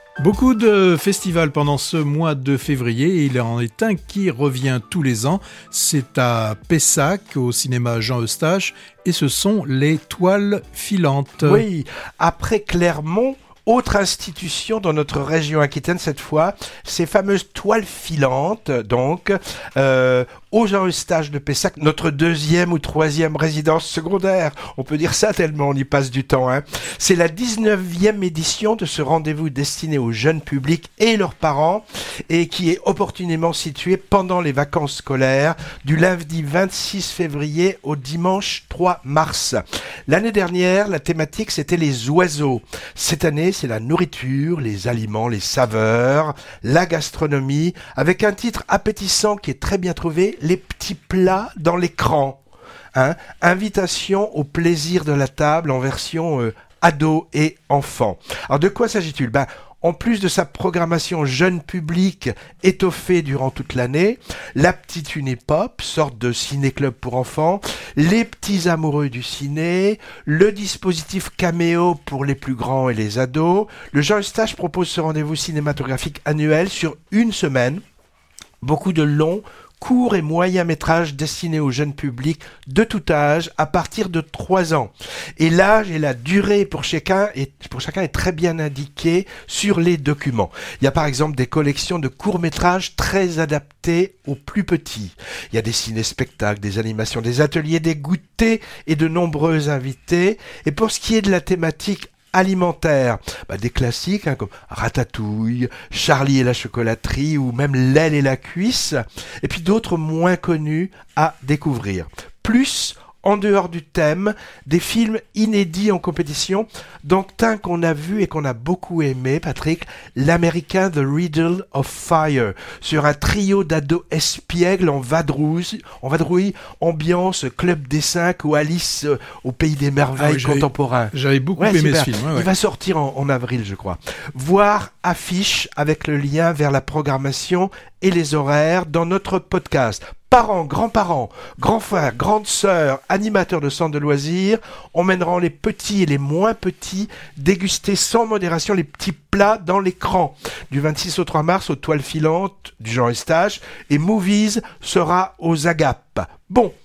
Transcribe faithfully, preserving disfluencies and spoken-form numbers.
Beaucoup de festivals pendant ce mois de février, il en est un qui revient tous les ans, c'est à Pessac, au cinéma Jean Eustache, et ce sont les Toiles Filantes. Oui, après Clermont, autre institution dans notre région Aquitaine cette fois, ces fameuses Toiles Filantes, donc, euh, au Jean Eustache de Pessac, notre deuxième ou troisième résidence secondaire. On peut dire ça tellement on y passe du temps. Hein. C'est la dix-neuvième édition de ce rendez-vous destiné aux jeunes publics et leurs parents et qui est opportunément situé pendant les vacances scolaires du lundi vingt-six février au dimanche trois mars. L'année dernière, la thématique c'était les oiseaux. Cette année, c'est la nourriture, les aliments, les saveurs, la gastronomie, avec un titre appétissant qui est très bien trouvé, les petits plats dans l'écran. Hein, invitation au plaisir de la table en version euh, ado et enfant. Alors de quoi s'agit-il ? Ben, en plus de sa programmation jeune public étoffée durant toute l'année, la petite Unipop, sorte de ciné-club pour enfants, les petits amoureux du ciné, le dispositif caméo pour les plus grands et les ados, le Jean Eustache propose ce rendez-vous cinématographique annuel sur une semaine. Beaucoup de longs, courts et moyens métrages destinés au jeune public de tout âge à partir de trois ans. Et l'âge et la durée pour chacun est, pour chacun est très bien indiqué sur les documents. Il y a par exemple des collections de courts-métrages très adaptés aux plus petits. Il y a des ciné-spectacles, des animations, des ateliers, des goûters et de nombreux invités. Et pour ce qui est de la thématique alimentaire, bah des classiques hein, comme Ratatouille, Charlie et la chocolaterie ou même L'aile et la cuisse, et puis d'autres moins connus à découvrir. Plus, en dehors du thème, des films inédits en compétition, dont un qu'on a vu et qu'on a beaucoup aimé, Patrick, l'américain The Riddle of Fire, sur un trio d'ados espiègles en vadrouille, en vadrouille, ambiance Club des Cinq ou Alice euh, au Pays des Merveilles ah oui, contemporain. J'avais beaucoup ouais, aimé super. ce film. Ouais, ouais. Il va sortir en, en avril, je crois. Voir affiche avec le lien vers la programmation et les horaires dans notre podcast. Parents, grands-parents, grands frères, grandes sœurs, animateurs de centres de loisirs, emmèneront les petits et les moins petits déguster sans modération les petits plats dans l'écran. Du vingt-six au trois mars aux Toiles Filantes du Jean Eustache et Movies sera aux Agapes. Bon,